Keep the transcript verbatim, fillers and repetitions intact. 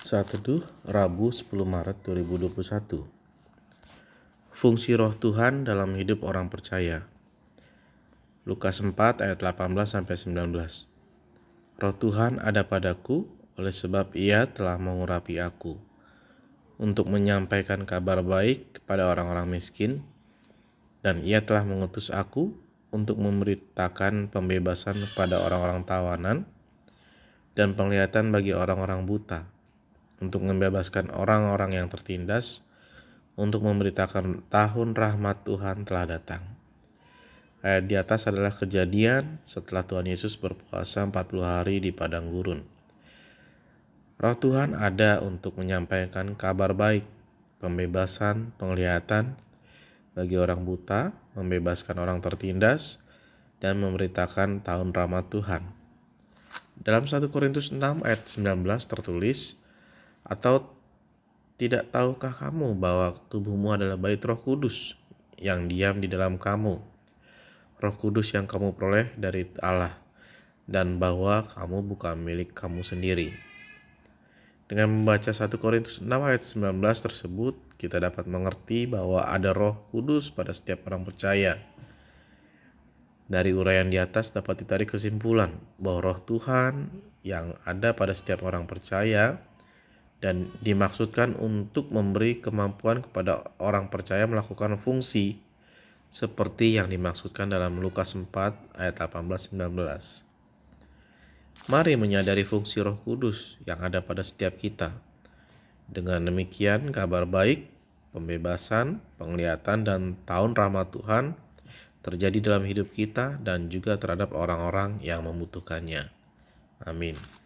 Saat Teduh Rabu sepuluh Maret dua ribu dua puluh satu. Fungsi Roh Tuhan dalam hidup orang percaya. Lukas empat ayat delapan belas sampai sembilan belas. Roh Tuhan ada padaku oleh sebab Ia telah mengurapi aku untuk menyampaikan kabar baik kepada orang-orang miskin, dan Ia telah mengutus aku untuk memberitakan pembebasan kepada orang-orang tawanan dan penglihatan bagi orang-orang buta, untuk membebaskan orang-orang yang tertindas, untuk memberitakan tahun rahmat Tuhan telah datang. Ayat di atas adalah kejadian setelah Tuhan Yesus berpuasa empat puluh hari di padang gurun. Roh Tuhan ada untuk menyampaikan kabar baik, pembebasan, penglihatan bagi orang buta, membebaskan orang tertindas, dan memberitakan tahun rahmat Tuhan. Dalam satu Korintus enam ayat sembilan belas tertulis, "Atau tidak tahukah kamu bahwa tubuhmu adalah bait Roh Kudus yang diam di dalam kamu, Roh Kudus yang kamu peroleh dari Allah, dan bahwa kamu bukan milik kamu sendiri." Dengan membaca satu Korintus enam ayat sembilan belas tersebut, kita dapat mengerti bahwa ada Roh Kudus pada setiap orang percaya. Dari uraian di atas dapat ditarik kesimpulan bahwa Roh Tuhan yang ada pada setiap orang percaya dan dimaksudkan untuk memberi kemampuan kepada orang percaya melakukan fungsi seperti yang dimaksudkan dalam Lukas empat ayat delapan belas sampai sembilan belas. Mari menyadari fungsi Roh Kudus yang ada pada setiap kita. Dengan demikian, kabar baik, pembebasan, penglihatan, dan tahun rahmat Tuhan terjadi dalam hidup kita dan juga terhadap orang-orang yang membutuhkannya. Amin.